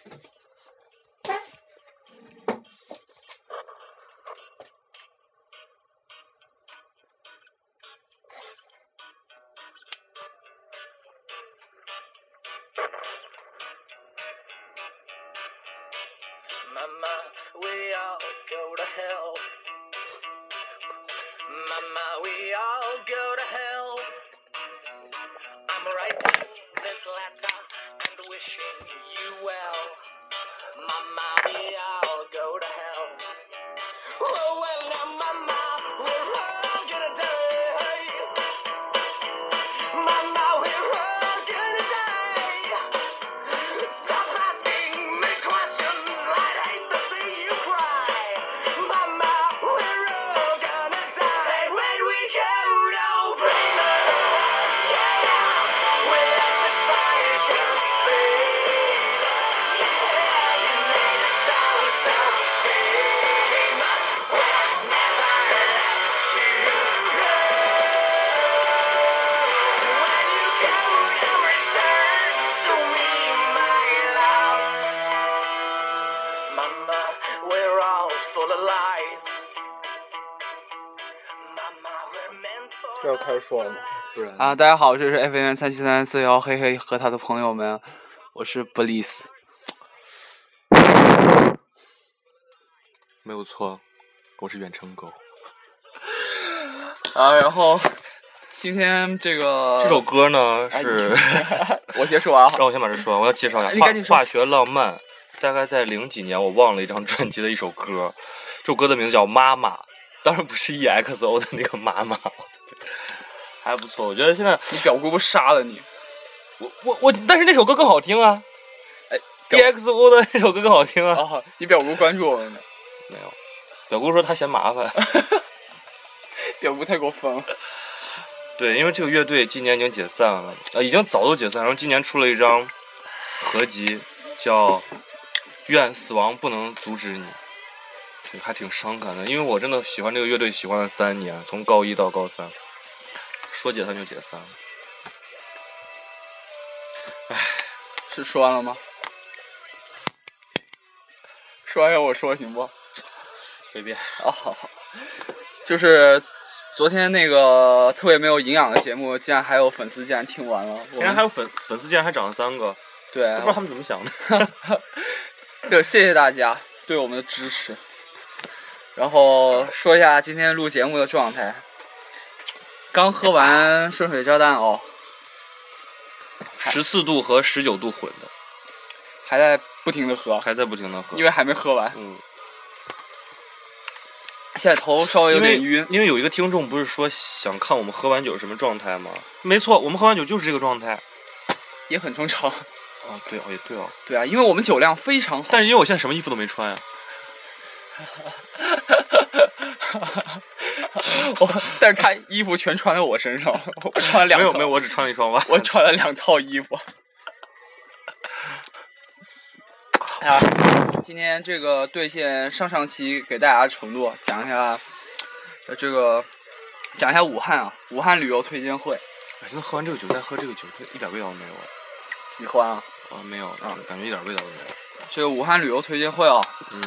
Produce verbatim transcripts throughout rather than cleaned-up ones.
Mama, we all go to hell. Mama, we all go to hell. I'm writing this letter and wishing you well. Mama, we all go to hell. Oh, well, now, Mama, we're all gonna die. Mama, we're all gonna die. Stop asking me questions. I'd hate to see you cry. Mama, we're all gonna die when we go to dreamers. Yeah, we let the fire just feed us. Yeah, you made us so, so famous. We'll never let you go. When you go to return to me, my love. Mama, we're all full of lies. Mama, we're meant for 这要开始说了吗？不然啊，大家好，这是 F M 三七三四幺嘿嘿和他的朋友们，我是 Bliss。 没有错，我是远程狗。 啊，然后今天这个这首歌呢是， 我先说完哈， 让我先把这说完。我要介绍一下《 你赶紧说化化学浪漫》，大概在零几年我忘了一张专辑的一首歌，这首歌的名字叫《妈妈》，当然不是 E X O 的那个妈妈，还不错。我觉得现在你表姑不杀了你？ 我我我，但是那首歌更好听啊。 哎 ，E X O 的那首歌更好听啊。 哦，你表姑关注我们呢？ 没有，表姑说她嫌麻烦。 表姑太过分了。 对，因为这个乐队今年已经解散了，呃，已经早都解散，然后今年出了一张合集，叫《愿死亡不能阻止你》，还挺伤感的。因为我真的喜欢这个乐队，喜欢了三年，从高一到高三，说解散就解散了。唉， 是说完了吗？说完要我说行不？ 随便。 哦，好好，就是昨天那个特别没有营养的节目，竟然还有粉丝竟然听完了。 竟然还有粉粉丝，竟然还涨了三个， 对， 不知道他们怎么想的。 对，谢谢大家对我们的支持。然后说一下今天录节目的状态，刚喝完顺水炸弹哦， 十四度和十九度混的， 还在不停的喝， 还在不停的喝， 因为还没喝完。 嗯。 现在头稍微有点晕， 因为有一个听众不是说想看我们喝完酒什么状态吗？没错，我们喝完酒就是这个状态， 也很正常。 啊，对哦，也对哦。 对啊，因为我们酒量非常好。 但是因为我现在什么衣服都没穿呀、 啊。我，但是他衣服全穿在我身上，我穿了两套。 没有没有，我只穿了一双袜。 我穿了两套衣服。啊，今天这个兑现上上期给大家的承诺，讲一下，呃，这个讲一下武汉啊，武汉旅游推荐会。 哎，现在喝完这个酒再喝这个酒，一点味道都没有啊。 你喝完了？ 啊，没有啊，感觉一点味道都没有。 这个武汉旅游推荐会啊， 嗯。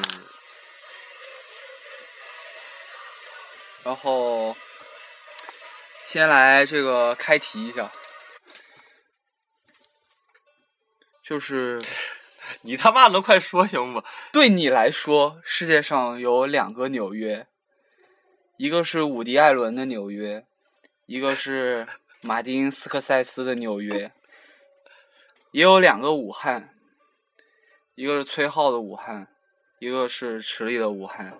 然后先来这个开题一下，就是你他妈能快说行不？ 对你来说，世界上有两个纽约，一个是伍迪·艾伦的纽约，一个是马丁·斯科塞斯的纽约，也有两个武汉，一个是崔浩的武汉，一个是池里的武汉。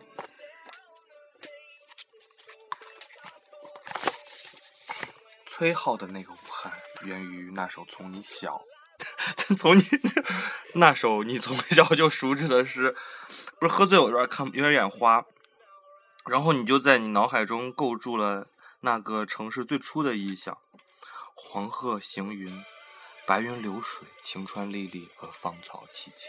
崔浩的那个武汉源于那首从你小从你那首你从小就熟知的诗，不是喝醉有点看有点眼花，然后你就在你脑海中构筑了那个城市最初的意象：黄鹤行云，白云流水，晴川历历和芳草萋萋。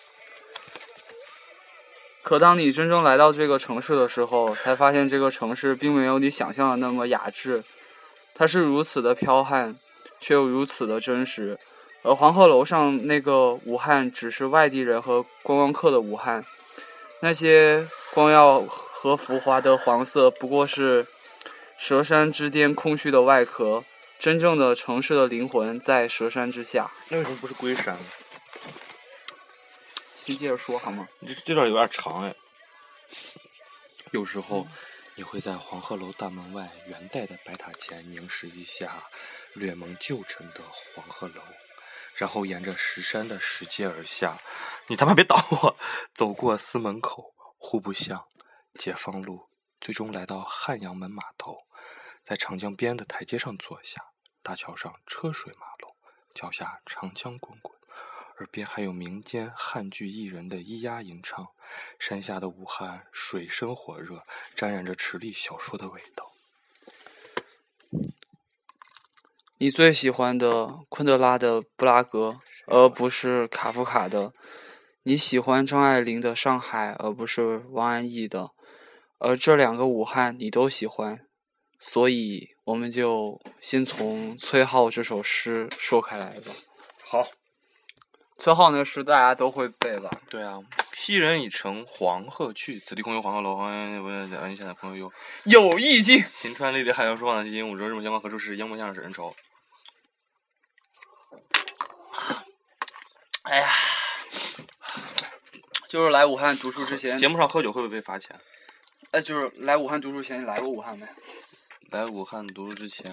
可当你真正来到这个城市的时候，才发现这个城市并没有你想象的那么雅致，它是如此的剽悍，却又如此的真实， 而黄鹤楼上那个武汉只是外地人和观光客的武汉，那些光耀和浮华的黄色不过是蛇山之巅空虚的外壳，真正的城市的灵魂在蛇山之下。 那为什么不是龟山呢？ 先接着说好吗？ 这这段有点长哎。有时候，你会在黄鹤楼大门外元代的白塔前凝视一下略蒙旧尘的黄鹤楼，然后沿着石山的石阶而下。你他妈别捣我！走过司门口、户部巷、解放路，最终来到汉阳门码头，在长江边的台阶上坐下。大桥上车水马龙，脚下长江滚滚，耳边还有民间汉剧艺人的咿呀吟唱。山下的武汉水深火热，沾染着池里小说的味道。 你最喜欢的昆德拉的布拉格，而不是卡夫卡的；你喜欢张爱玲的上海，而不是王安忆的。而这两个武汉你都喜欢，所以我们就先从崔颢这首诗说开来吧。 好， 崔颢那诗大家都会背吧？ 对啊，昔人已乘黄鹤去，此地空有黄鹤楼。黄鹤不是现在空有有意境。 秦川历历汉阳书，望西京五洲，日暮江关何处是？烟波向使人愁。 哎呀，就是来武汉读书之前， 节目上喝酒会不会被罚钱？ 哎，就是来武汉读书前，你来过武汉没？ 来武汉读书之前，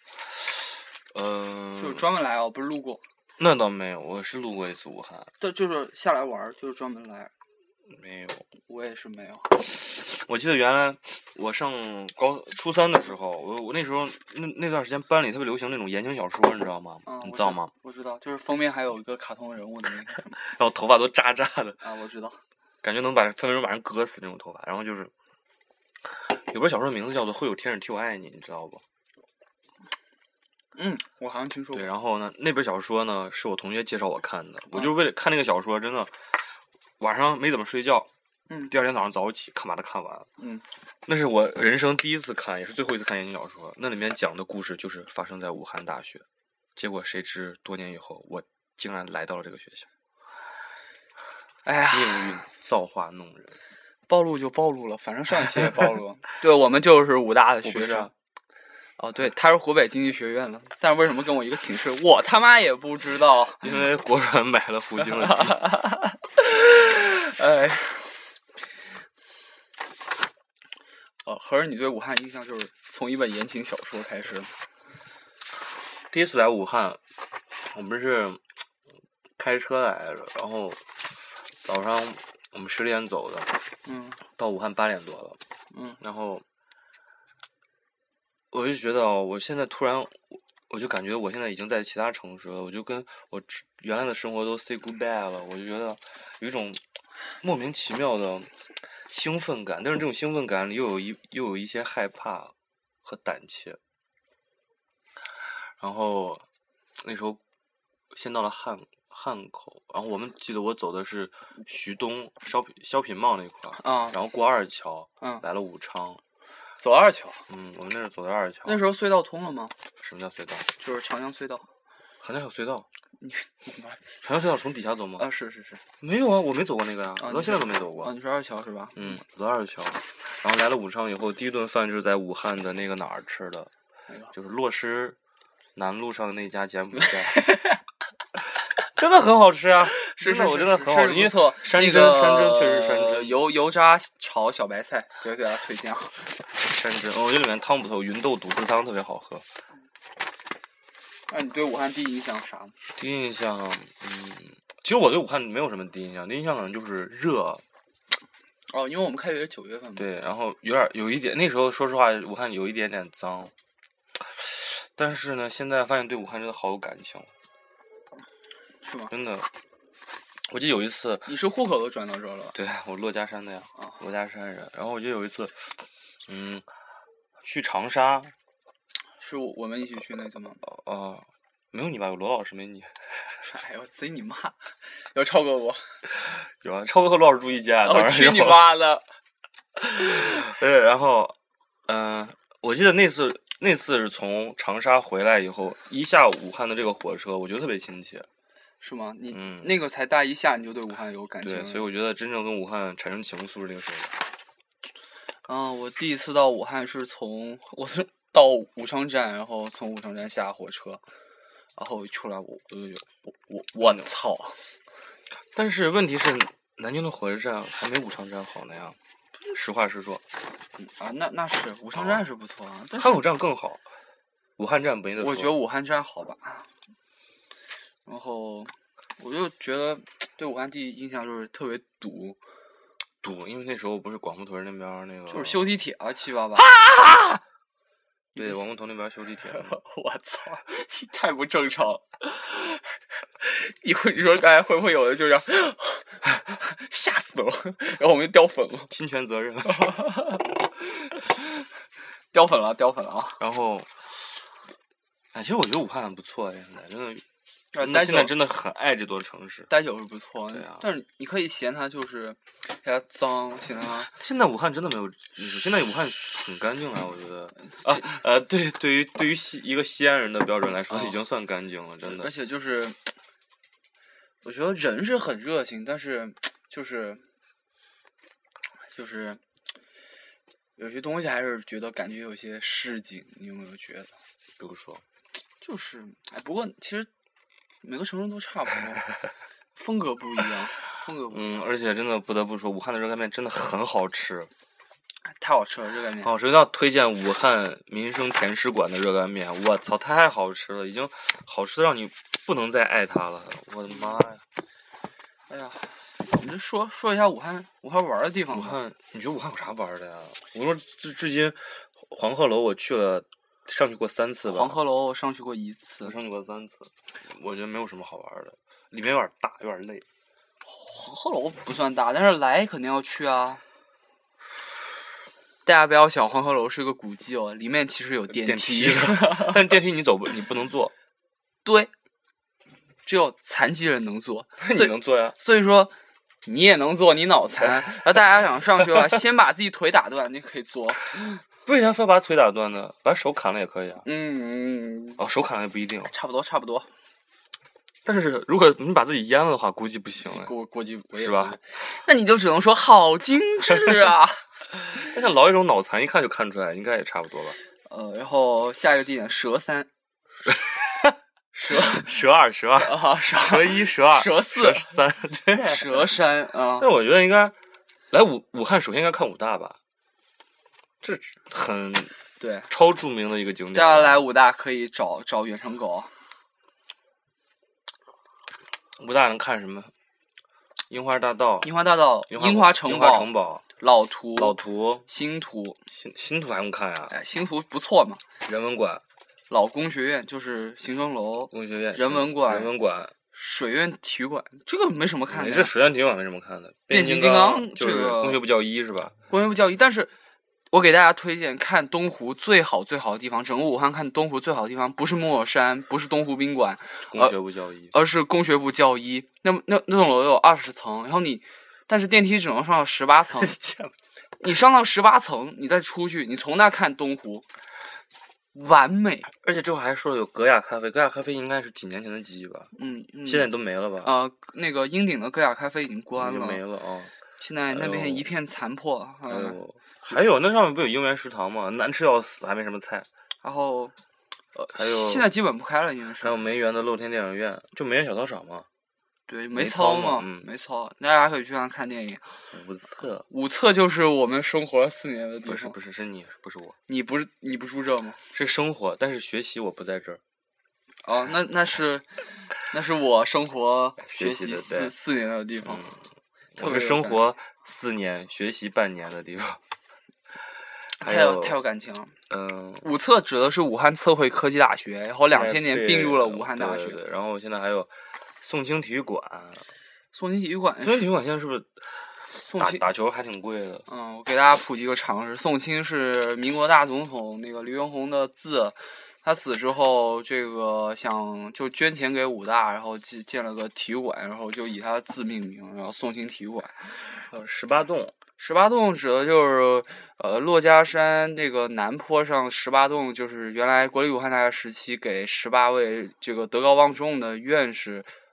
嗯、呃， 就是专门来哦，不是路过。 那倒没有，我是路过一次武汉。 对，就是下来玩，就是专门来。 没有， 我也是没有。 我记得原来我上高初三的时候，我我那时候那那段时间班里特别流行那种言情小说，你知道吗？ 嗯、 你知道吗？ 我知道，就是封面还有一个卡通人物的那个什么。 然后头发都渣渣的。 啊，我知道。 感觉能把分分钟把人割死那种头发。然后就是有本小说的名字叫做《会有天使替我爱你》，你知道不？ 嗯，我好像听说过。 对，然后呢，那本小说呢是我同学介绍我看的，我就是为了看那个小说，真的晚上没怎么睡觉， 嗯， 第二天早上早起看把它看完， 嗯， 那是我人生第一次看，也是最后一次看言情小说。那里面讲的故事就是发生在武汉大学，结果谁知多年以后，我竟然来到了这个学校。 哎呀， 命运造化弄人， 暴露就暴露了，反正上一期也暴露了。对，我们就是武大的学生。哦，对，他是湖北经济学院的，但是为什么跟我一个寝室？我他妈也不知道。 因为国软买了湖京的地。 哎，哦，合着你对武汉印象就是从一本言情小说开始。 第一次来武汉，我们是开车来的，然后早上我们十点走的， 嗯， 到武汉八点多了， 嗯， 然后我就觉得我现在突然，我就感觉我现在已经在其他城市了，我就跟我原来的生活都 say goodbye 了，我就觉得有一种莫名其妙的兴奋感，但是这种兴奋感里又有一又有一些害怕和胆怯。然后那时候先到了汉汉口，然后我们记得我走的是徐东烧品小品贸那块儿， 啊， 然后过二桥， 嗯， 来了武昌， 走二桥。 嗯，我们那是走的二桥。 那时候隧道通了吗？ 什么叫隧道？ 就是长江隧道。 长江有隧道？ 你你妈！ 长江隧道从底下走吗？ 啊，是是是。 没有啊，我没走过那个呀、啊， 啊， 我到现在都没走过。 啊，你说二桥是吧？ 嗯，走到二桥，然后来了武昌以后，第一顿饭就是在武汉的那个哪儿吃的， 哎、 就是洛师南路上的那家柬埔寨。真的很好吃啊！ 是是， 我真的很好吃， 不错。 山珍、 那个、 山珍确实是山珍， 油油炸炒小白菜，对对啊，推荐啊。 山珍，我觉得里面汤不错，芸豆肚丝汤特别好喝。 那你对武汉第一印象啥？ 第一印象，嗯，其实我对武汉没有什么第一印象，第一印象可能就是热。 哦，因为我们开学是九月份嘛。 对，然后有点有一点，那时候说实话，武汉有一点点脏。但是呢，现在发现对武汉真的好有感情。 是吗？ 真的，我记得有一次， 你是户口都转到这儿了？ 对，我珞珈山的呀， 啊， 珞珈山人。然后我记得有一次，嗯，去长沙， 是我们一起去那次吗？ 哦、呃，没有你吧？有罗老师没你。 哎呦，贼你妈！有超哥不？ 有啊，超哥和罗老师住一家，当然有。 去你妈的！ 对，然后，嗯、呃，我记得那次。那次是从长沙回来以后，一下武汉的这个火车，我觉得特别亲切。 是吗？你、 嗯那个才大一下，你就对武汉有感情了？ 对，所以我觉得真正跟武汉产生情愫是那个时候。 嗯，我第一次到武汉是从我是到武昌站，然后从武昌站下火车，然后一出来我我就我我我操！ 但是问题是，南京的火车站还没武昌站好呢呀。实话实说。 嗯啊，那那是武昌站是不错啊，但是汉口站更好，武汉站没得说。 我觉得武汉站好吧。然后我就觉得对武汉第一印象就是特别堵， 堵，因为那时候不是广福屯那边那个， 就是修地铁啊，七八八。 对，王木头那边修地铁。 我操，你太不正常了！一会你说刚才会不会有的就这样，吓死了，然后我们就掉粉了， 侵权责任。 掉粉了，掉粉了啊！ 然后，哎，其实我觉得武汉很不错，现在真的， 呃那现在真的很爱这座城市。 待久是不错， 对啊， 但是你可以嫌它就是嫌它脏，嫌它。 现在武汉真的没有，现在武汉很干净了，我觉得。啊呃，对，对于对于西一个西安人的标准来说，已经算干净了，真的。 而且就是，我觉得人是很热情，但是就是就是有些东西还是觉得感觉有些市井，你有没有觉得？ 比如说， 就是哎，不过其实每个城市都差不多，风格不一样，风格不一样。 嗯，而且真的不得不说，武汉的热干面真的很好吃。 太好吃了，热干面。 好吃，一定要推荐武汉民生甜食馆的热干面。我操，太好吃了，已经好吃的让你不能再爱它了。我的妈呀！ 哎呀，我们就说说一下武汉武汉玩的地方吧。 武汉，你觉得武汉有啥玩的呀？我说至至今，黄鹤楼我去了，上去过三次吧。 黄鹤楼我上去过一次， 我上去过三次，我觉得没有什么好玩的，里面有点大，有点累。 黄鹤楼不算大，但是来肯定要去啊。大家不要想黄鹤楼是个古迹哦，里面其实有电梯， 电梯但是电梯你走不，你不能坐。 对，只有残疾人能坐。 那你能坐呀？ 所以说你也能坐，你脑残。然后大家想上去吧，先把自己腿打断，你可以坐。 为啥非要把腿打断呢？把手砍了也可以啊。 嗯， 哦，手砍了也不一定。 差不多，差不多。 但是如果你把自己淹了的话，估计不行了。 估估计是吧？ 那你就只能说好精致啊！ 但像老一种脑残，一看就看出来，应该也差不多吧。 呃，然后下一个地点蛇三，蛇蛇二蛇二啊， 蛇一蛇二蛇四蛇三，对， 蛇山啊。 但我觉得应该来武武汉，首先应该看武大吧，这很对超著名的一个景点。 接下来武大可以找找远程狗。 武大能看什么？樱花大道、 樱花大道、 樱花城堡、城堡、 老图、 老图、 新图、 新新图还用看呀？ 哎，新图不错嘛。 人文馆、 老工学院就是行政楼、 工学院、 人文馆、 人文馆、 水院体育馆，这个没什么看的。 这水院体育馆没什么看的。 变形金刚就是工学部教一是吧？ 工学部教一，但是我给大家推荐看东湖最好最好的地方，整个武汉看东湖最好的地方不是木偶山，不是东湖宾馆， 工学部教一， 而是工学部教一。那那那栋楼有二十层，然后你，但是电梯只能上到十八层。你上到十八层，你再出去，你从那看东湖，完美。 而且这会还说了有格雅咖啡，格雅咖啡应该是几年前的记忆吧？ 嗯，嗯现在都没了吧？ 呃，那个鹰顶的格雅咖啡已经关了， 没了哦。 现在那边一片残破。 还有、嗯、还有那上面不有应园食堂吗？难吃要死，还没什么菜。 然后，呃， 还有现在基本不开了，应该是。 还有梅园的露天电影院，就梅园小操场嘛。 对， 没操嘛，嗯， 没操，大家可以去看看电影。 武测， 武测就是我们生活了四年的地方。 不是不是是你，不是我。 你不是你不住这吗？ 是生活，但是学习我不在这儿。 哦，那那是那是我生活学习四四年的地方。 嗯、我是生活四年，学习半年的地方。 太有太有感情了。 嗯， 武测指的是武汉测绘科技大学，然后两千年并入了武汉大学。 对对对，然后现在还有宋清体育馆。 宋清体育馆， 宋清体育馆现在是不是打打球还挺贵的？ 嗯，我给大家普及个常识：宋清是民国大总统那个黎元洪的字，他死之后，这个想就捐钱给武大，然后建建了个体育馆，然后就以他的字命名，然后宋清体育馆。 呃，十八洞。 十八洞指的就是呃珞珈山那个南坡上十八洞，就是原来国立武汉大学时期给十八位这个德高望重的院士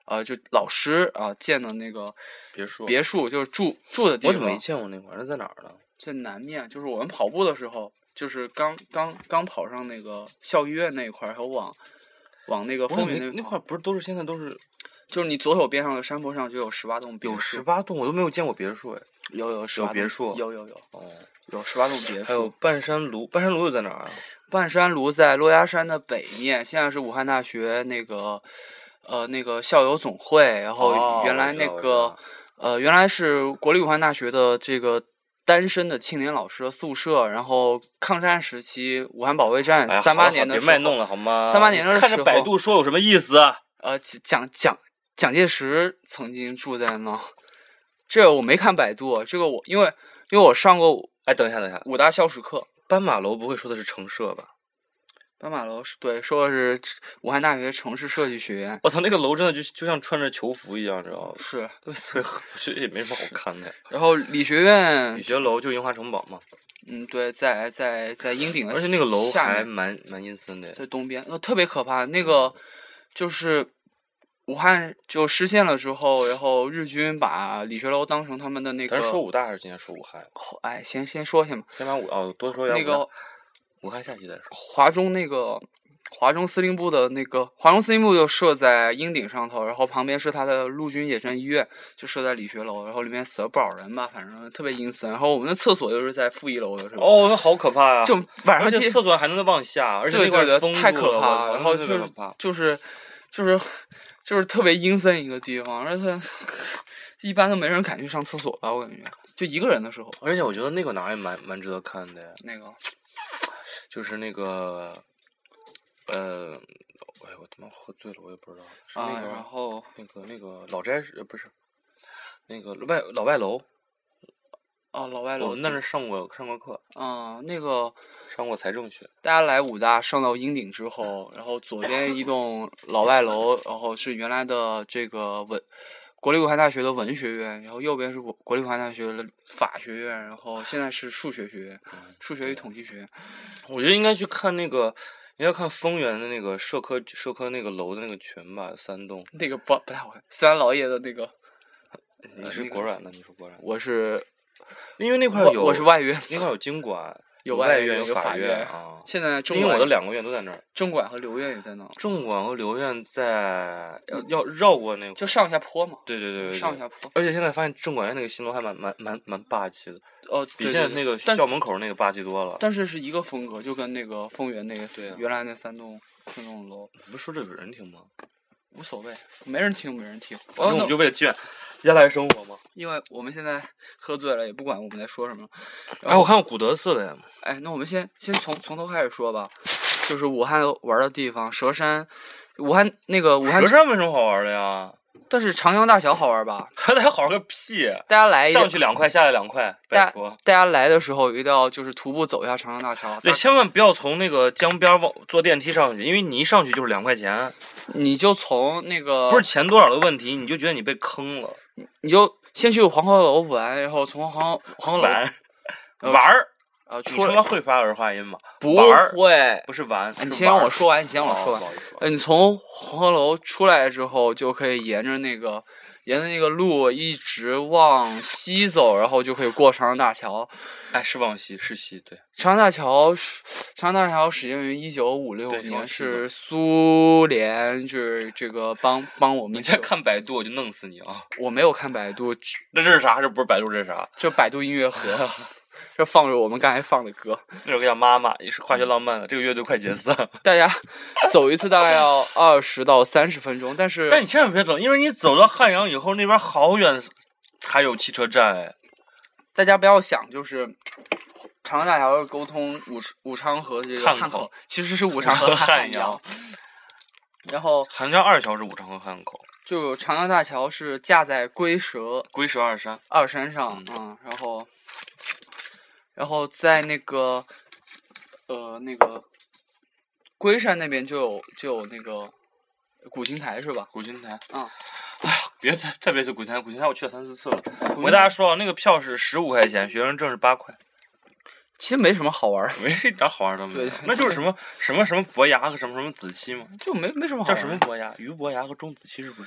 呃，就老师啊、呃、建的那个别墅， 别墅就是住住的地方。 我怎么没见过那块儿？那在哪儿呢？ 在南面，就是我们跑步的时候，就是刚刚刚跑上那个校医院那一块儿，然后往往那个风云那块儿不是都是现在都是， 就是你左手边上的山坡上就有十八栋别墅， 有十八栋，我都没有见过别墅哎。 有有有别墅， 有有有哦， 有十八栋别墅。 还有半山庐，半山庐又在哪儿啊？ 半山庐在珞珈山的北面，现在是武汉大学那个呃那个校友总会，然后原来那个、 哦、 呃原来是国立武汉大学的这个单身的青年老师的宿舍，然后抗战时期武汉保卫战三八、哎、年的时候， 别卖弄了好吗？ 三八年的时候， 看着百度说有什么意思啊？ 呃，蒋蒋蒋介石曾经住在那。这我没看百度，这个我因为因为我上过， 哎，等一下等一下， 五大校史课。 斑马楼不会说的是城社吧？ 斑马楼是对，说的是武汉大学城市设计学院。 我操，那个楼真的就就像穿着囚服一样，你知道吗？ 是， 对，我觉得也没什么好看的。 然后理学院， 理学楼就樱花城堡嘛。 嗯，对，在在在鹰顶的， 而且那个楼还蛮蛮阴森的， 在东边，呃，特别可怕。那个就是武汉就失陷了之后，然后日军把理学楼当成他们的那个。 咱是说武大还是今天说武汉？ 哎，先先说下嘛。 先把武哦多说一下那个武汉下期再说。 华中那个华中司令部的那个华中司令部就设在鹰顶上头，然后旁边是他的陆军野战医院，就设在理学楼，然后里面死了不少人吧，反正特别阴森。然后我们的厕所又是在负一楼的，是吧？ 哦，那好可怕呀、啊！ 就晚上厕所还能往下，而且那块封太可怕了。然后就是就是就是就是特别阴森一个地方，而且一般都没人敢去上厕所吧，我感觉就一个人的时候。 而且我觉得那个哪也蛮蛮值得看的， 那个就是那个呃，哎我他妈喝醉了，我也不知道是那个， 啊、然后那个那个老斋是不是那个外老外楼。 哦，老外楼， 我们那是上过上过课， 啊、嗯，那个上过财政学。 大家来武大上到鹰顶之后，然后左边一栋老外楼，然后是原来的这个文国立武汉大学的文学院，然后右边是国国立武汉大学的法学院，然后现在是数学学院，数学与统计学院。 我觉得应该去看那个，应该看丰原的那个社科社科那个楼的那个群吧，三栋。 那个不不太好看，虽然老爷的那个。 你是国软的，你是国软。 我是。 因为那块有， 我是外院， 那块有经管， 有外院， 有法院啊。 现在因为我的两个院都在那儿， 政管和留院也在那儿。 政管和留院在要要绕过那个， 就上下坡嘛。 对对对对， 上下坡。 而且现在发现政管院那个新楼还蛮蛮蛮蛮霸气的， 哦， 比现在那个校门口那个霸气多了。 但是是一个风格，就跟那个丰原那个对、啊、原来那三栋三栋楼。 你不说这有人听吗？ 无所谓，没人听没人听， 反正我们就为了纪念接下来生活嘛。 因为我们现在喝醉了，也不管我们在说什么。 哎，我看过古德寺了呀。 哎，那我们先先从从头开始说吧，就是武汉玩的地方，佘山，武汉那个武汉。 佘山没什么好玩的呀。 但是长江大桥好玩吧？ 还得好玩个屁！ 大家来上去两块，下来两块，拜托。 大家来的时候一定要就是徒步走一下长江大桥。 对，千万不要从那个江边往坐电梯上去，因为你一上去就是两块钱。 你就从那个不是钱多少的问题，你就觉得你被坑了。 你就先去黄鹤楼玩，然后从黄黄鹤楼玩玩儿。 啊， 你他妈会发儿化音吗？ 不会， 不是玩。 你先让我说完，你先让我说完。 哦、 呃，你从黄鹤楼出来之后，就可以沿着那个沿着那个路一直往西走，然后就可以过长江大桥。 哎，是往西，是西，对。 长江大桥，长江大桥始建于一九五六年，是苏联就是这个帮帮我们。 你再看百度，我就弄死你啊！ 我没有看百度。 那这是啥？这不是百度，这是啥？ 这百度音乐盒。这放着我们刚才放的歌， 那首歌叫《妈妈》，也是化学浪漫的。这个乐队快解散了。 大家走一次大概要二十到三十分钟，但是但你千万别走，因为你走到汉阳以后，那边好远还有汽车站哎。 大家不要想，就是长江大桥沟通武武昌和这个汉口，其实是武昌和汉阳。然后汉江二桥是武昌和汉口， 就长江大桥是架在龟蛇龟蛇二山二山上，嗯，嗯然后。然后在那个，呃，那个龟山那边就有就有那个古琴台是吧？ 古琴台， 嗯， 哎呀，别再再别去古琴台，古琴台我去了三四次了。我跟大家说啊，那个票是十五块钱，学生证是八块。 其实没什么好玩的， 没一点好玩的没有，那就是什么什么什么伯牙和什么什么子期嘛， 就没没什么好玩。 叫什么伯牙？俞伯牙和钟子期是不是？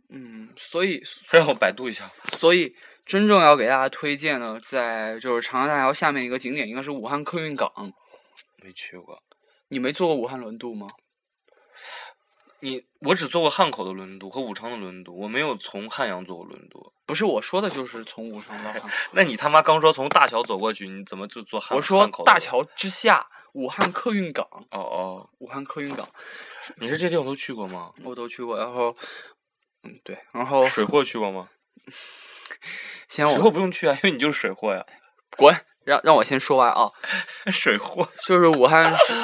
嗯，所以让我百度一下。 所以真正要给大家推荐的，在就是长江大桥下面一个景点，应该是武汉客运港。 没去过。 你没坐过武汉轮渡吗？ 你我只坐过汉口的轮渡和武昌的轮渡，我没有从汉阳坐过轮渡。 不是，我说的就是从武昌到汉口。 那你他妈刚说从大桥走过去，你怎么就坐汉？ 我说大桥之下，武汉客运港。 哦哦， 武汉客运港， 你是这地方都去过吗？ 我都去过，然后，嗯，对，然后水货去过吗？ 先我水货不用去啊，因为你就是水货呀。 滚，让让我先说完啊。 水货就是武汉是，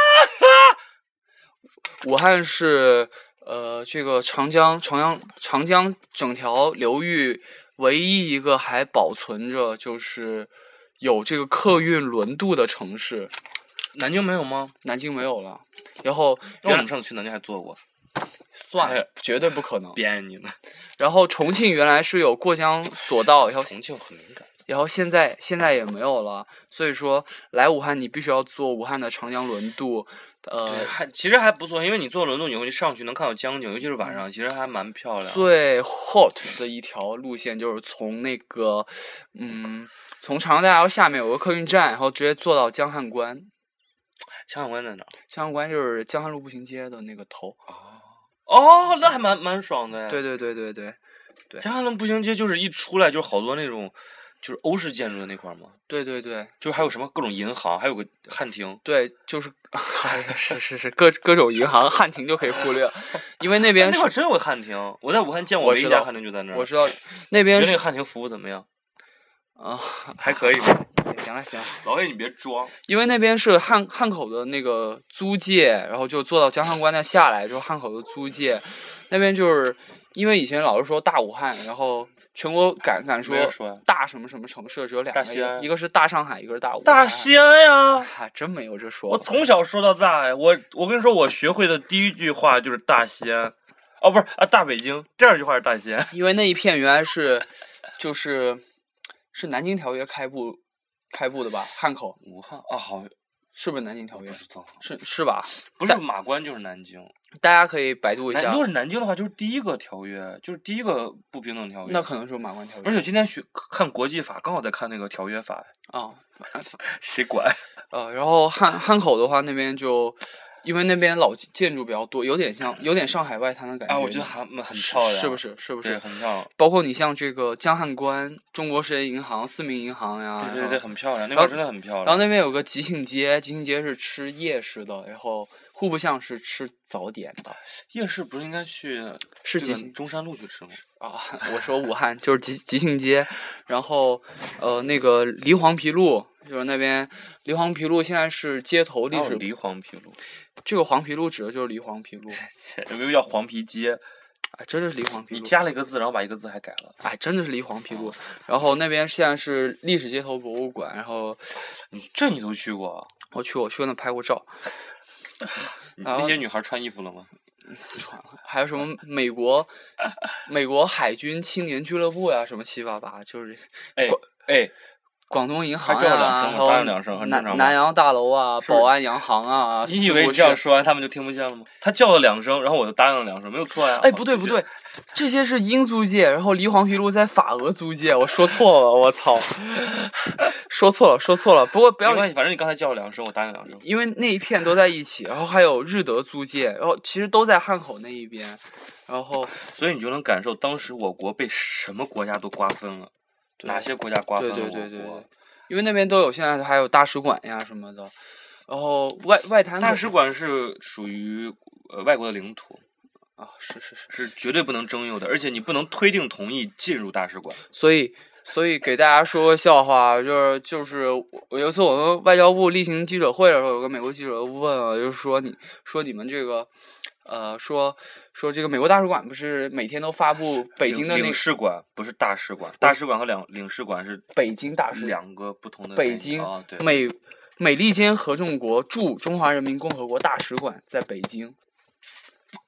武汉是呃这个长江长江长江整条流域唯一一个还保存着就是有这个客运轮渡的城市。 南京没有吗？ 南京没有了。然后那我们上次去南京还坐过。 算了，绝对不可能。 编你呢。 然后重庆原来是有过江索道，然后重庆很敏感。 然后现在现在也没有了，所以说来武汉你必须要坐武汉的长江轮渡。呃， 还其实还不错，因为你坐轮渡，你会上去能看到江景，尤其是晚上，其实还蛮漂亮。 最 hot 的一条路线就是从那个，嗯，从长江大桥下面有个客运站，然后直接坐到江汉关。 江汉关在哪？ 江汉关就是江汉路步行街的那个头。 哦，哦，那还蛮蛮爽的。 对对对对对对。 江汉路步行街就是一出来就是好多那种。就是欧式建筑的那块吗？ 对对对， 就还有什么各种银行，还有个汉庭。 对，就是是是是各各种银行，汉庭就可以忽略，因为那边那块真有个汉庭，我在武汉见过唯一一家汉庭就在那儿。 我知道那边觉得那个汉庭服务怎么样？ 啊， 还可以吧。 行了行了， 老魏你别装， 因为那边是汉汉口的那个租界，然后就坐到江汉关那下来，就是汉口的租界，那边就是因为以前老是说大武汉，然后。全国敢敢说大什么什么城市只有两个，一个是大上海，一个是大武汉。 大西安呀， 还真没有这说。 我从小说到大，我我跟你说，我学会的第一句话就是大西安，哦不是啊，大北京。第二句话是大西安， 因为那一片原来是就是是南京条约开埠开埠的吧？汉口、 武汉啊，好。 是不是南京条约？ 不知道， 是是吧？ 不是马关就是南京。 大家可以百度一下。 如果是南京的话，就是第一个条约，就是第一个不平等条约。 那可能是马关条约。 而且今天学看国际法，刚好在看那个条约法。 啊、哦， 谁管？ 呃，然后汉汉口的话，那边就因为那边老建筑比较多，有点像有点上海外滩的感觉。 啊，我觉得还很漂亮， 是不是？是不是？ 对，很漂亮。 包括你像这个江汉关、中国实业银行、四民银行呀， 对对对，很漂亮，那边真的很漂亮。 然后那边有个吉庆街，吉庆街是吃夜市的，然后户部巷是吃早点的。 夜市不是应该去是吉庆中山路去吃吗？ 啊，我说武汉就是吉吉庆街，然后呃那个梨黄陂路。就是那边梨黄陂路现在是街头历史。 梨黄陂路， 这个黄陂路指的就是梨黄陂路。 有没有叫黄陂街？ 哎，真的是梨黄陂路。 你加了一个字，然后把一个字还改了。 哎，真的是梨黄陂路。然后那边现在是历史街头博物馆。然后， 你这你都去过？ 我去，我去那拍过照。 那些女孩穿衣服了吗？ 穿了。还有什么美国美国海军青年俱乐部呀，什么七八八，就是哎哎。 广东银行呀， 然后南南洋大楼啊，宝安洋行啊。 你以为你这样说完他们就听不见了吗？他叫了两声，然后我就答应了两声，没有错呀。 哎，不对不对，这些是英租界，然后梨黄陂路在法俄租界，我说错了，我操，说错了说错了。不过不要， 没关系，反正你刚才叫了两声，我答应两声。 因为那一片都在一起，然后还有日德租界，然后其实都在汉口那一边，然后所以你就能感受当时我国被什么国家都瓜分了。哪些国家瓜分了我国？ 对对对对对，因为那边都有，现在还有大使馆呀什么的，然后外外滩大使馆是属于呃外国的领土啊，是是是， 是绝对不能征用的，而且你不能推定同意进入大使馆。 所以所以给大家说个笑话，就是就是我有一次我们外交部例行记者会的时候，有个美国记者问了，就是说你说你们这个。呃，说说这个美国大使馆不是每天都发布北京的那个领事馆，不是大使馆，大使馆和两领事馆是北京大使两个不同的。 北京、 哦、对美美利坚合众国驻中华人民共和国大使馆在北京。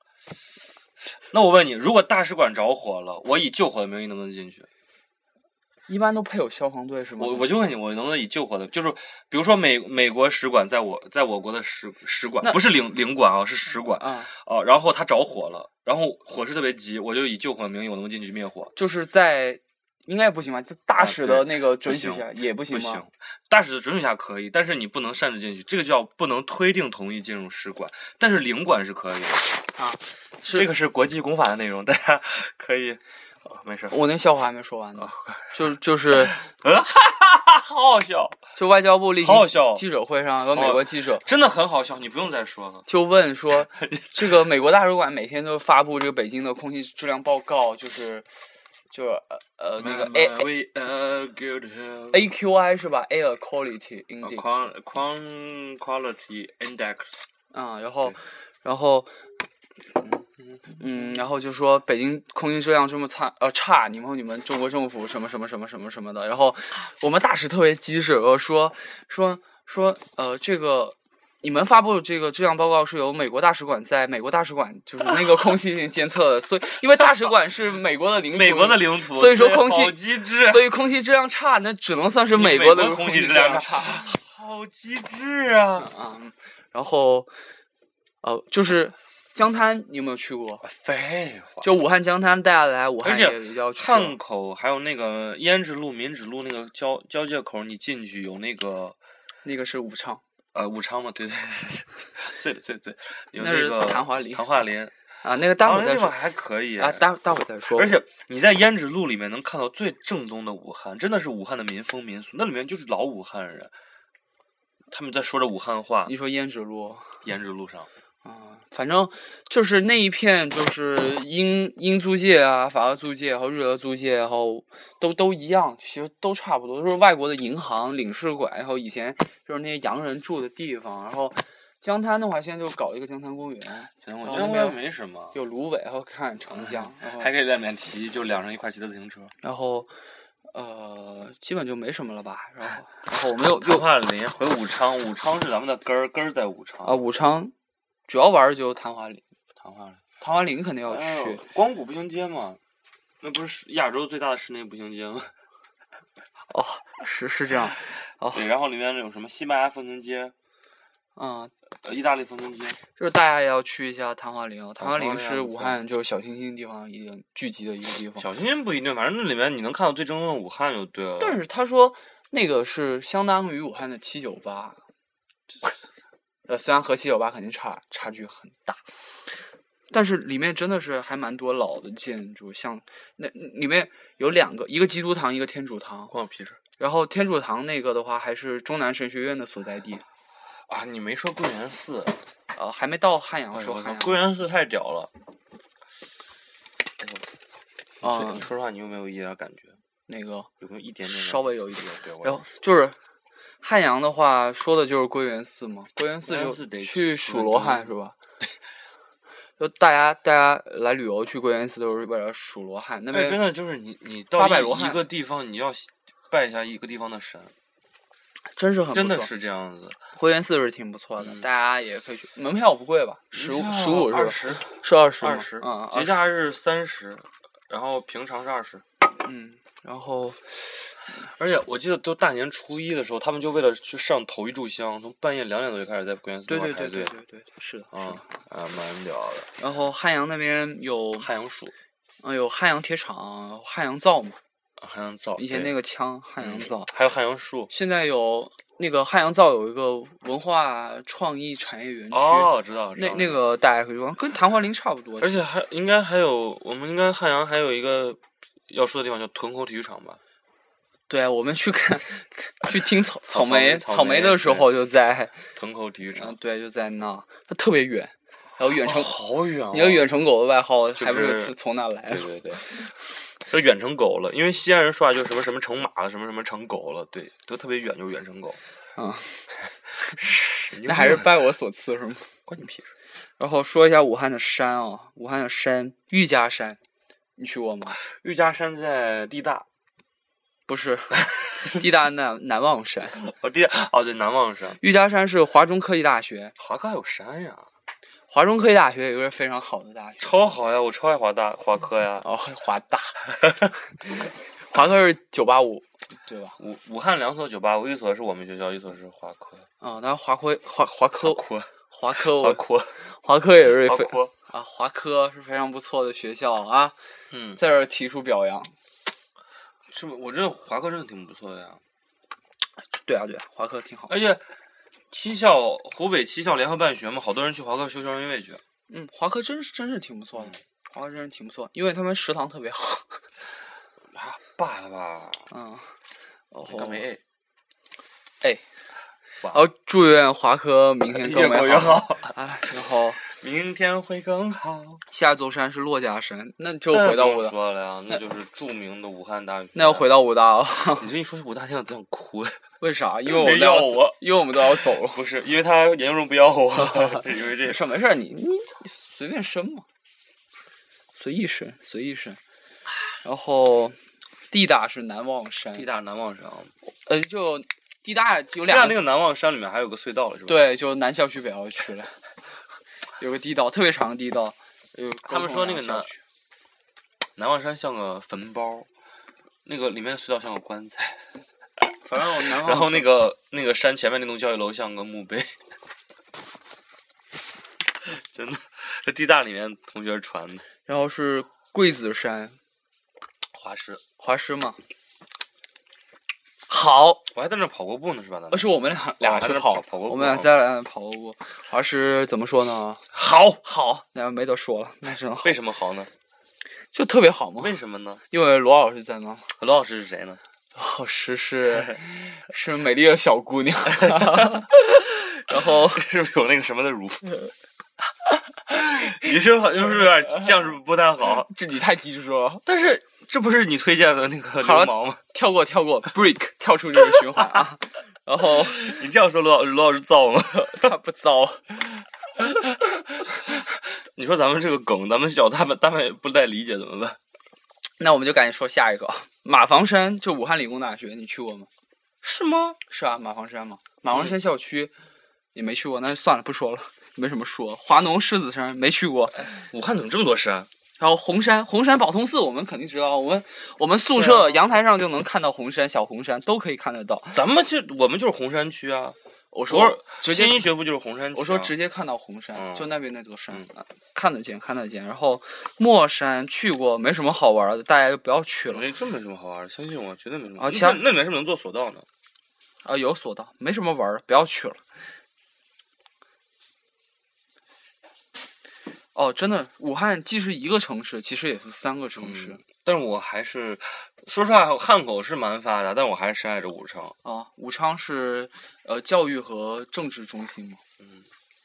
那我问你，如果大使馆着火了，我以救火的名义能不能进去？ 一般都配有消防队是吗？ 我我就问你，我能不能以救火的，就是比如说美美国使馆在我在我国的使使馆，不是领领馆啊，是使馆啊哦、然后他着火了，然后火势特别急，我就以救火的名义，我能不能进去灭火？ 就是在应该不行吧？在大使的啊那个准许不下也不行吗？ 不行，大使的准许下可以，但是你不能擅自进去，这个叫不能推定同意进入使馆，但是领馆是可以的啊。 这个是国际公法的内容，大家可以。哦、没事， 我那笑话还没说完呢，就就是， 呃，哈哈哈，好好笑！ 就外交部例行好好笑记者会上，有美国记者真的很好笑，你不用再说了。 就问说，这个美国大使馆每天都发布这个北京的空气质量报告，就是就是呃呃那个 A A A Q I 是吧 ？Air Quality Index， Quality Quality Index。 啊，然后然后。嗯，然后就说北京空气质量这么差，呃差，你们你们中国政府什么什么什么什么什么的。然后我们大使特别机智，说说说呃这个你们发布的这个质量报告是由美国大使馆在美国大使馆就是那个空气监测的，所以因为大使馆是美国的领土， 美国的领土， 所以说空气好机智， 所以空气质量差，那只能算是美国的空气质量差，好机智啊！ 嗯，然后呃就是。江滩你有没有去过？ 废话， 就武汉江滩带下来，武汉也要去。 汉口还有那个胭脂路、民脂路那个交交界口，你进去有那个， 那个是武昌。 呃，武昌嘛，对对对，对对对，有那个昙花林。 昙花林啊，那个待会儿再说。 还可以啊，待待会儿再说。 而且你在胭脂路里面能看到最正宗的武汉，真的是武汉的民风民俗，那里面就是老武汉人，他们在说着武汉话。 你说胭脂路？ 胭脂路上。 啊，反正就是那一片，就是英英租界啊、法俄租界和日俄租界，然后都都一样，其实都差不多，都是外国的银行、领事馆，然后以前就是那些洋人住的地方。然后江滩的话，现在就搞一个江滩公园， 江滩公园那边没什么， 有芦苇，然后看长江，然后还可以在里面骑，就两人一块骑的自行车。 然后呃，基本就没什么了吧。然后然后我们又又昙花林回武昌，武昌是咱们的根儿，根儿在武昌啊，武昌。主要玩的就昙花林， 昙花林， 昙花林肯定要去。 哎、光谷步行街嘛，那不是亚洲最大的室内步行街吗？ 哦，是是这样。哦， 对，然后里面有什么西班牙风情街， 嗯， 呃，意大利风情街， 就是大家也要去一下昙花林。昙花林是武汉就是小清新地方一定聚集的一个地方。 小清新不一定，反正那里面你能看到最正宗的武汉就对了。 但是他说那个是相当于武汉的七九八。呃，虽然和七九八肯定差差距很大，但是里面真的是还蛮多老的建筑，像那里面有两个，一个基督堂，一个天主堂。 关我屁事。 然后天主堂那个的话，还是中南神学院的所在地。 啊，你没说归元寺？ 呃，还没到汉阳说汉阳。 归元寺太屌了。哎啊、 嗯，你说实话，你有没有一点感觉？ 那个有没有一点点？ 稍微有一点。 对， 然后就是。汉阳的话，说的就是归元寺嘛，归元寺就去蜀罗汉是吧？就大家大家来旅游去归元寺都是为了蜀罗汉那边。 真的就是你你到一个地方你要拜一下一个地方的神， 真是很不错真的是这样子。 归元寺是挺不错的， 嗯、 大家也可以去，门票不贵吧？十五十五是二十， 是二十二十， 嗯， 节假日三十，然后平常是二十。 嗯，然后。 而且我记得都大年初一的时候，他们就为了去上头一炷香，从半夜两点多就开始在归元寺那块排队。 对对对对对对，是的，是的， 啊，蛮屌的。 然后汉阳那边有汉阳树， 啊，有汉阳铁厂、汉阳造嘛。 汉阳造。 以前那个枪，汉阳造。 还有汉阳树。 现在有那个汉阳造有一个文化创意产业园区。 哦，知道。 那那个大家可以玩，跟昙花林差不多。 而且还应该还有，我们应该汉阳还有一个要说的地方叫屯口体育场吧。 对，我们去看，去听草草莓草莓的时候就在屯口体育场、 嗯，对，就在那，它特别远，然后远程、 哦、好远、哦， 你有远程狗的外号， 就是、 还不是从那来的？ 对对对，这远程狗了，因为西安人说话就什么什么成马了，什么什么成狗了，对，都特别远，就是远程狗。 嗯，那还是拜我所赐是吗？ 关你屁事。 然后说一下武汉的山啊、哦，武汉的山，玉家山，你去过吗？ 玉家山在地大。 不是，地大南南望山。 哦，地大哦，对，南望山。 玉家山是华中科技大学。 华科还有山呀？ 华中科技大学有一个非常好的大学。 超好呀！我超爱华大华科呀。 哦，华大。 华科是九八五，对吧？ 武武汉两所九八五，一所是我们学校，一所是华科。 啊、但是华科华华科科华科我华科华科也是非华科， 啊，华科是非常不错的学校啊， 嗯， 在这儿提出表扬。 是不？我觉得华科真的挺不错的呀。 对啊对啊，华科挺好。 而且七校湖北七校联合办学嘛，好多人去华科修校园乐去。 嗯，华科真是真是挺不错的， 嗯华科真是挺不错，因为他们食堂特别好。 啊，罢了吧， 嗯，然后你干没 A？ 哎， 哇然后祝愿华科明天更越美过越好。 哎，然后明天会更好。 下座山是珞珈山，那就回到武不用大， 说了呀，那就是著名的武汉大学。 那要回到武大了。 你这一说起武大，现在真想哭。 为啥？因为我没们都要走要我， 因为我们都要走了。 不是，因为他研究生不要我，是因为这没事没事，你你你随便申嘛，随意申随意申。然后地大是南望山， 地大南望山啊。 呃，就地大有地大两那个南望山里面还有个隧道了，是吧？， 对，就南校区北校区了，有个地道，特别长的地道。有他们说那个南沟通两校区南望山像个坟包，那个里面的隧道像个棺材， 反正我南望然后那个那个山前面那栋教育楼像个墓碑。真的，这地大里面同学传的。 然后是桂子山， 华师， 华师嘛。好， 我还在那跑过步呢，是吧？咱们而是我们俩俩还在那去跑， 跑跑过步我们俩在俩跑过步。华师怎么说呢？ 好， 好，那没得说了，那真好， 为什么好呢？ 就特别好嘛。 为什么呢？ 因为罗老师在那。 罗老师是谁呢？ 罗老师是是美丽的小姑娘，然后是不是有那个什么的乳肤？你是好，就是有点这样是不太好。 这你太机智了。 但是这不是你推荐的那个好了流氓吗？ 跳过跳过 break 跳出这个循环啊。然后你这样说罗老师，罗老师造吗？ 他不糟。 你说咱们这个梗，咱们小他们他们也不太理解怎么办？ 那我们就赶紧说下一个，马房山，就武汉理工大学，你去过吗？ 是吗？ 是啊，马房山嘛，马房山校区也没去过，那就算了，不说了，没什么说。华农狮子山没去过， 武汉怎么这么多山？ 然后红山，红山宝通寺我们肯定知道，我们我们宿舍阳台上就能看到红山，小红山都可以看得到。 咱们就我们就是红山区啊。 我说我说直接新一学部就是红山区、啊。 我说直接看到红山， 嗯就那边那座山、 嗯啊，看得见看得见。然后墨山去过，没什么好玩的，大家就不要去了。 没真没什么好玩的，相信我，绝对没什么。 啊其他那那里面是不是能坐索道呢？ 啊，有索道，没什么玩的，不要去了。哦，真的，武汉既是一个城市，其实也是三个城市。 嗯但是我还是说实话，汉口是蛮发达，但我还是深爱着武昌。 啊，武昌是呃教育和政治中心嘛。 嗯。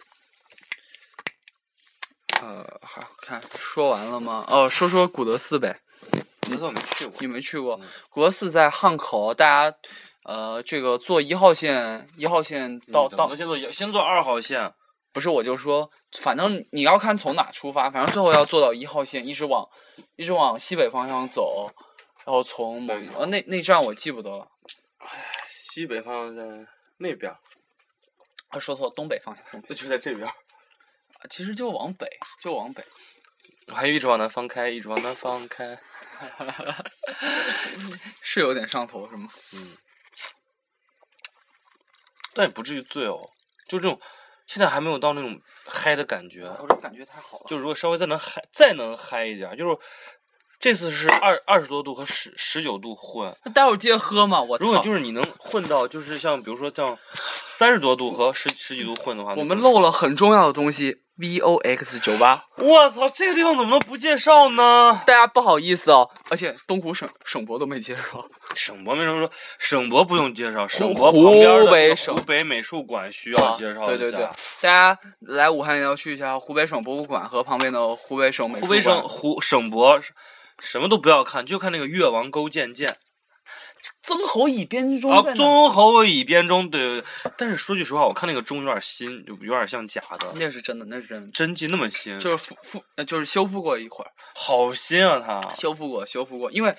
呃，还看说完了吗？哦，说说古德寺呗。 你我没去过。 你没去过？ 嗯古德寺在汉口，大家呃这个坐一号线，一号线到、到嗯怎么能先坐先坐二号线？ 不是，我就说，反正你要看从哪出发，反正最后要坐到一号线，一直往一直往西北方向走，然后从某北呃那那站我记不得了， 西北方向在那边， 啊说错，东北方向，东北那就在这边。 其实就往北，就往北。 我还一直往南方开，一直往南方开。 是有点上头是吗？ 嗯，但也不至于醉哦，就这种，现在还没有到那种嗨的感觉。 我这感觉太好了。 就如果稍微再能嗨，再能嗨一点，就是这次是二二十多度和十十九度混。 那待会儿接着喝嘛，我操！ 如果就是你能混到，就是像比如说像三十多度和十十几度混的话， 我们漏了很重要的东西 ，V O X 九八。 我操，这个地方怎么能不介绍呢？ 大家不好意思哦，而且东湖省省博都没介绍。 省博为什么说省博不用介绍？省湖博旁边的湖北省那个湖北美术馆需要介绍一下。 对对对，大家来武汉也要去一下湖北省博物馆和旁边的湖北省美术馆。 湖北省湖省博什么都不要看，就看那个越王勾践剑。 曾侯乙编钟啊， 在哪宗侯乙编钟，对对对。但是说句实话，我看那个钟有点新，就有点像假的。 那是真的，那是真的， 真迹那么新， 就是复复，呃就是修复过一会儿， 好新啊它。 修复过，修复过，因为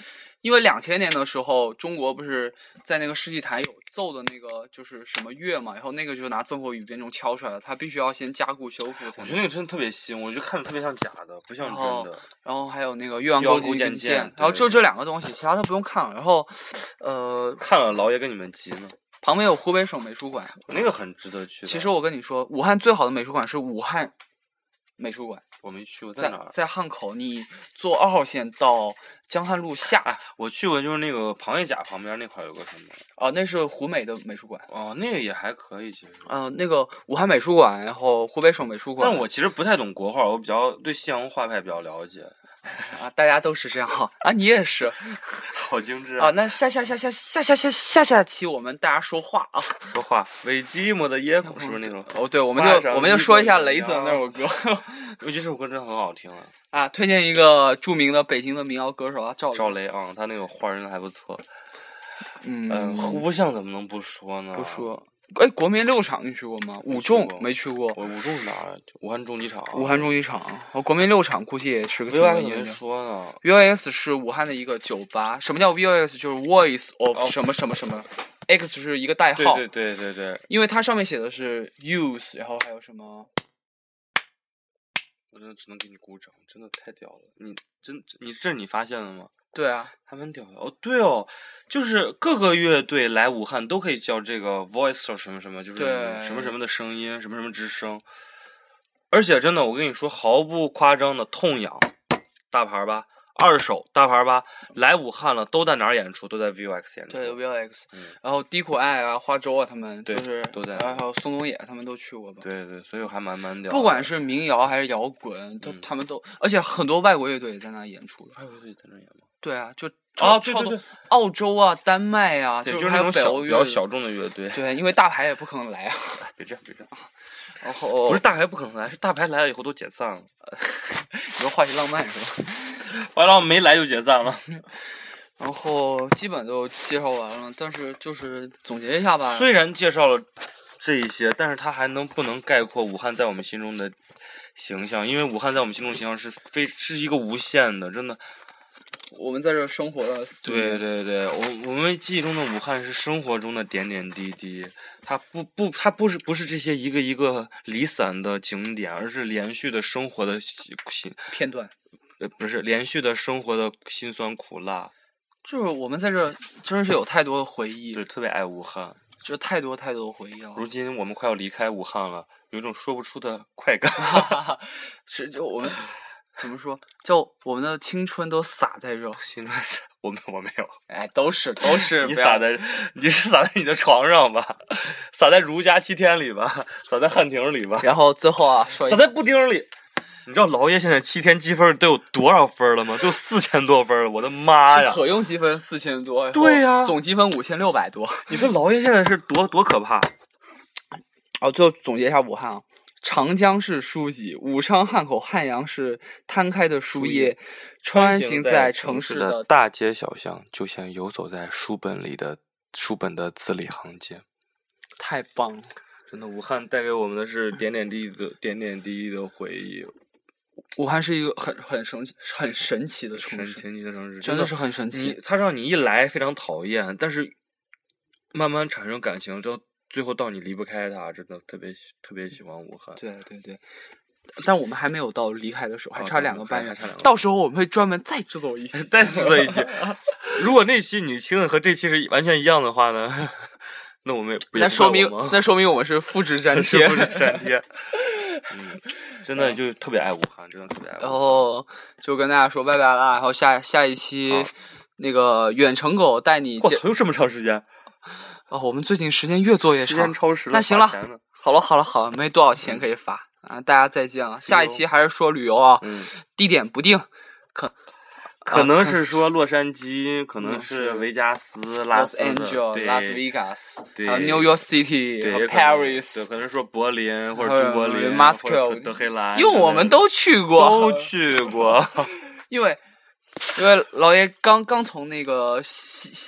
因为两千年的时候，中国不是在那个世纪坛有奏的那个就是什么乐嘛，然后那个就是拿曾侯乙编钟敲出来的，它必须要先加固修复才能。 我觉得那个真的特别新，我就看着特别像假的，不像真的。 然后还有那个岳阳岳阳勾践勾践剑然后就对这两个东西，其他的不用看了。然后，呃， 看了老爷跟你们急呢。 旁边有湖北省美术馆， 那个很值得去的。 其实我跟你说，武汉最好的美术馆是武汉美术馆， 我没去过， 在哪儿？ 在汉口，你坐二号线到江汉路下。 哎，我去过，就是那个螃蟹甲旁边那块有个什么？ 哦，那是湖美的美术馆。 哦，那个也还可以，其实。 嗯、呃，那个武汉美术馆，然后湖北省美术馆。 但我其实不太懂国画，我比较对西洋画派比较了解。 啊，大家都是这样哈啊，你也是， 好精致啊！那下下下下下下下下下期我们大家说话啊， 说话。为寂寞的夜空是不是那种？ 哦，对，我们就我们就说一下雷子的那首歌。 尤其这首歌真的很好听啊！ 啊，推荐一个著名的北京的民谣歌手啊，赵赵雷啊，他那个画人还不错。 嗯， 嗯，户部巷怎么能不说呢？ 不说。哎，国民六场你去过吗？五中没去过。 我五中是哪儿？武汉重机厂。 武汉重机厂，我国民六场估计也是个挺 V O X 有名的。 说呢 V O X 是武汉的一个酒吧。什么叫 V O X？ 就是 Voice of 什么什么什么 ，X 是一个代号。 对对对对对。 因为它上面写的是 Youth， 然后还有什么？ 我真的只能给你鼓掌，真的太屌了！你真你这是你发现的吗？ 对啊， 还蛮屌的哦。对哦，就是各个乐队来武汉都可以叫这个 voice 什么什么，就是什么什么的声音，什么什么之声。而且真的，我跟你说，毫不夸张的，痛痒大牌吧，二手大牌吧，来武汉了都在哪儿演出？都在 V O X 演出。 对 V O X， 嗯， 然后低苦爱啊、花粥啊，他们就是都在， 然后还有宋冬野他们都去过吧？ 对对，所以我还蛮蛮屌。 不管是民谣还是摇滚，都、 嗯、 他们都，而且很多外国乐队也在那演出。 外国乐队在那演吗？ 对啊，就啊，对对对， 澳洲啊、丹麦啊， 就是还有北欧比较小众的乐队。 对，因为大牌也不可能来啊。 别这样，别这样。 然后不是大牌不可能来，是大牌来了以后都解散了。 你说话题浪漫是吧？ 完了，没来就解散了。 然后基本都介绍完了，但是就是总结一下吧。 虽然介绍了这一些，但是它还能不能概括武汉在我们心中的形象？因为武汉在我们心中的形象是非是一个无限的，真的。 我们在这生活了四年。对对对，我我们记忆中的武汉是生活中的点点滴滴，它不不它不是不是这些一个一个离散的景点，而是连续的生活的辛片段。 呃，不是连续的生活的辛酸苦辣。 就是我们在这真是有太多的回忆， 对，特别爱武汉， 就太多太多的回忆了。 如今我们快要离开武汉了，有一种说不出的快感。 是，就我们怎么说？就我们的青春都洒在这。 青春，我们我没有。 哎，都是都是。 你洒在，你是洒在你的床上吧？洒在如家七天里吧？洒在汉庭里吧？ 然后最后啊，说洒在布丁里。你知道劳爷现在七天积分都有多少分了吗？都有四千多分了，我的妈呀！ 可用积分四千多， 对呀、啊， 总积分五千六百多。 你说劳爷现在是多多可怕？ 哦，最后总结一下武汉啊，长江是书籍，武昌、汉口、汉阳是摊开的书页，穿行在城市的大街小巷，就像游走在书本里的书本的字里行间。 太棒了！ 真的，武汉带给我们的是点点滴滴的点点滴滴的回忆。 武汉是一个很很神奇、很神奇的城市， 神奇的城市， 真的是很神奇。 它让你一来非常讨厌，但是慢慢产生感情之后，最后到你离不开它，真的特别特别喜欢武汉。 对对对，但我们还没有到离开的时候，还差两个半月， 哦、 到时候我们会专门再制作一期， 再制作一期。如果那期你听的和这期是完全一样的话呢，那我们那说明那说明我们是复制粘贴， 复制粘贴。嗯，真的就特别爱武汉，真的特别爱武汉。 然后就跟大家说拜拜啦，然后下下一期、啊、那个远程狗带你。 我操，有这么长时间？ 哦，我们最近时间越做越长， 时间超时了。 那行了，好了好了好了，没多少钱可以发、嗯、啊！大家再见了，下一期还是说旅游啊， 嗯、 地点不定，可。 可能是说洛杉矶，可能是维加斯、拉斯、 Los Angeles、 拉斯维加斯， 对， 还有 New York City 和 Paris， 对，可能说柏林或者都柏林、 Moscow、 德黑兰， 因为我们都去过， 都去过， 因为因为老爷刚刚从那个西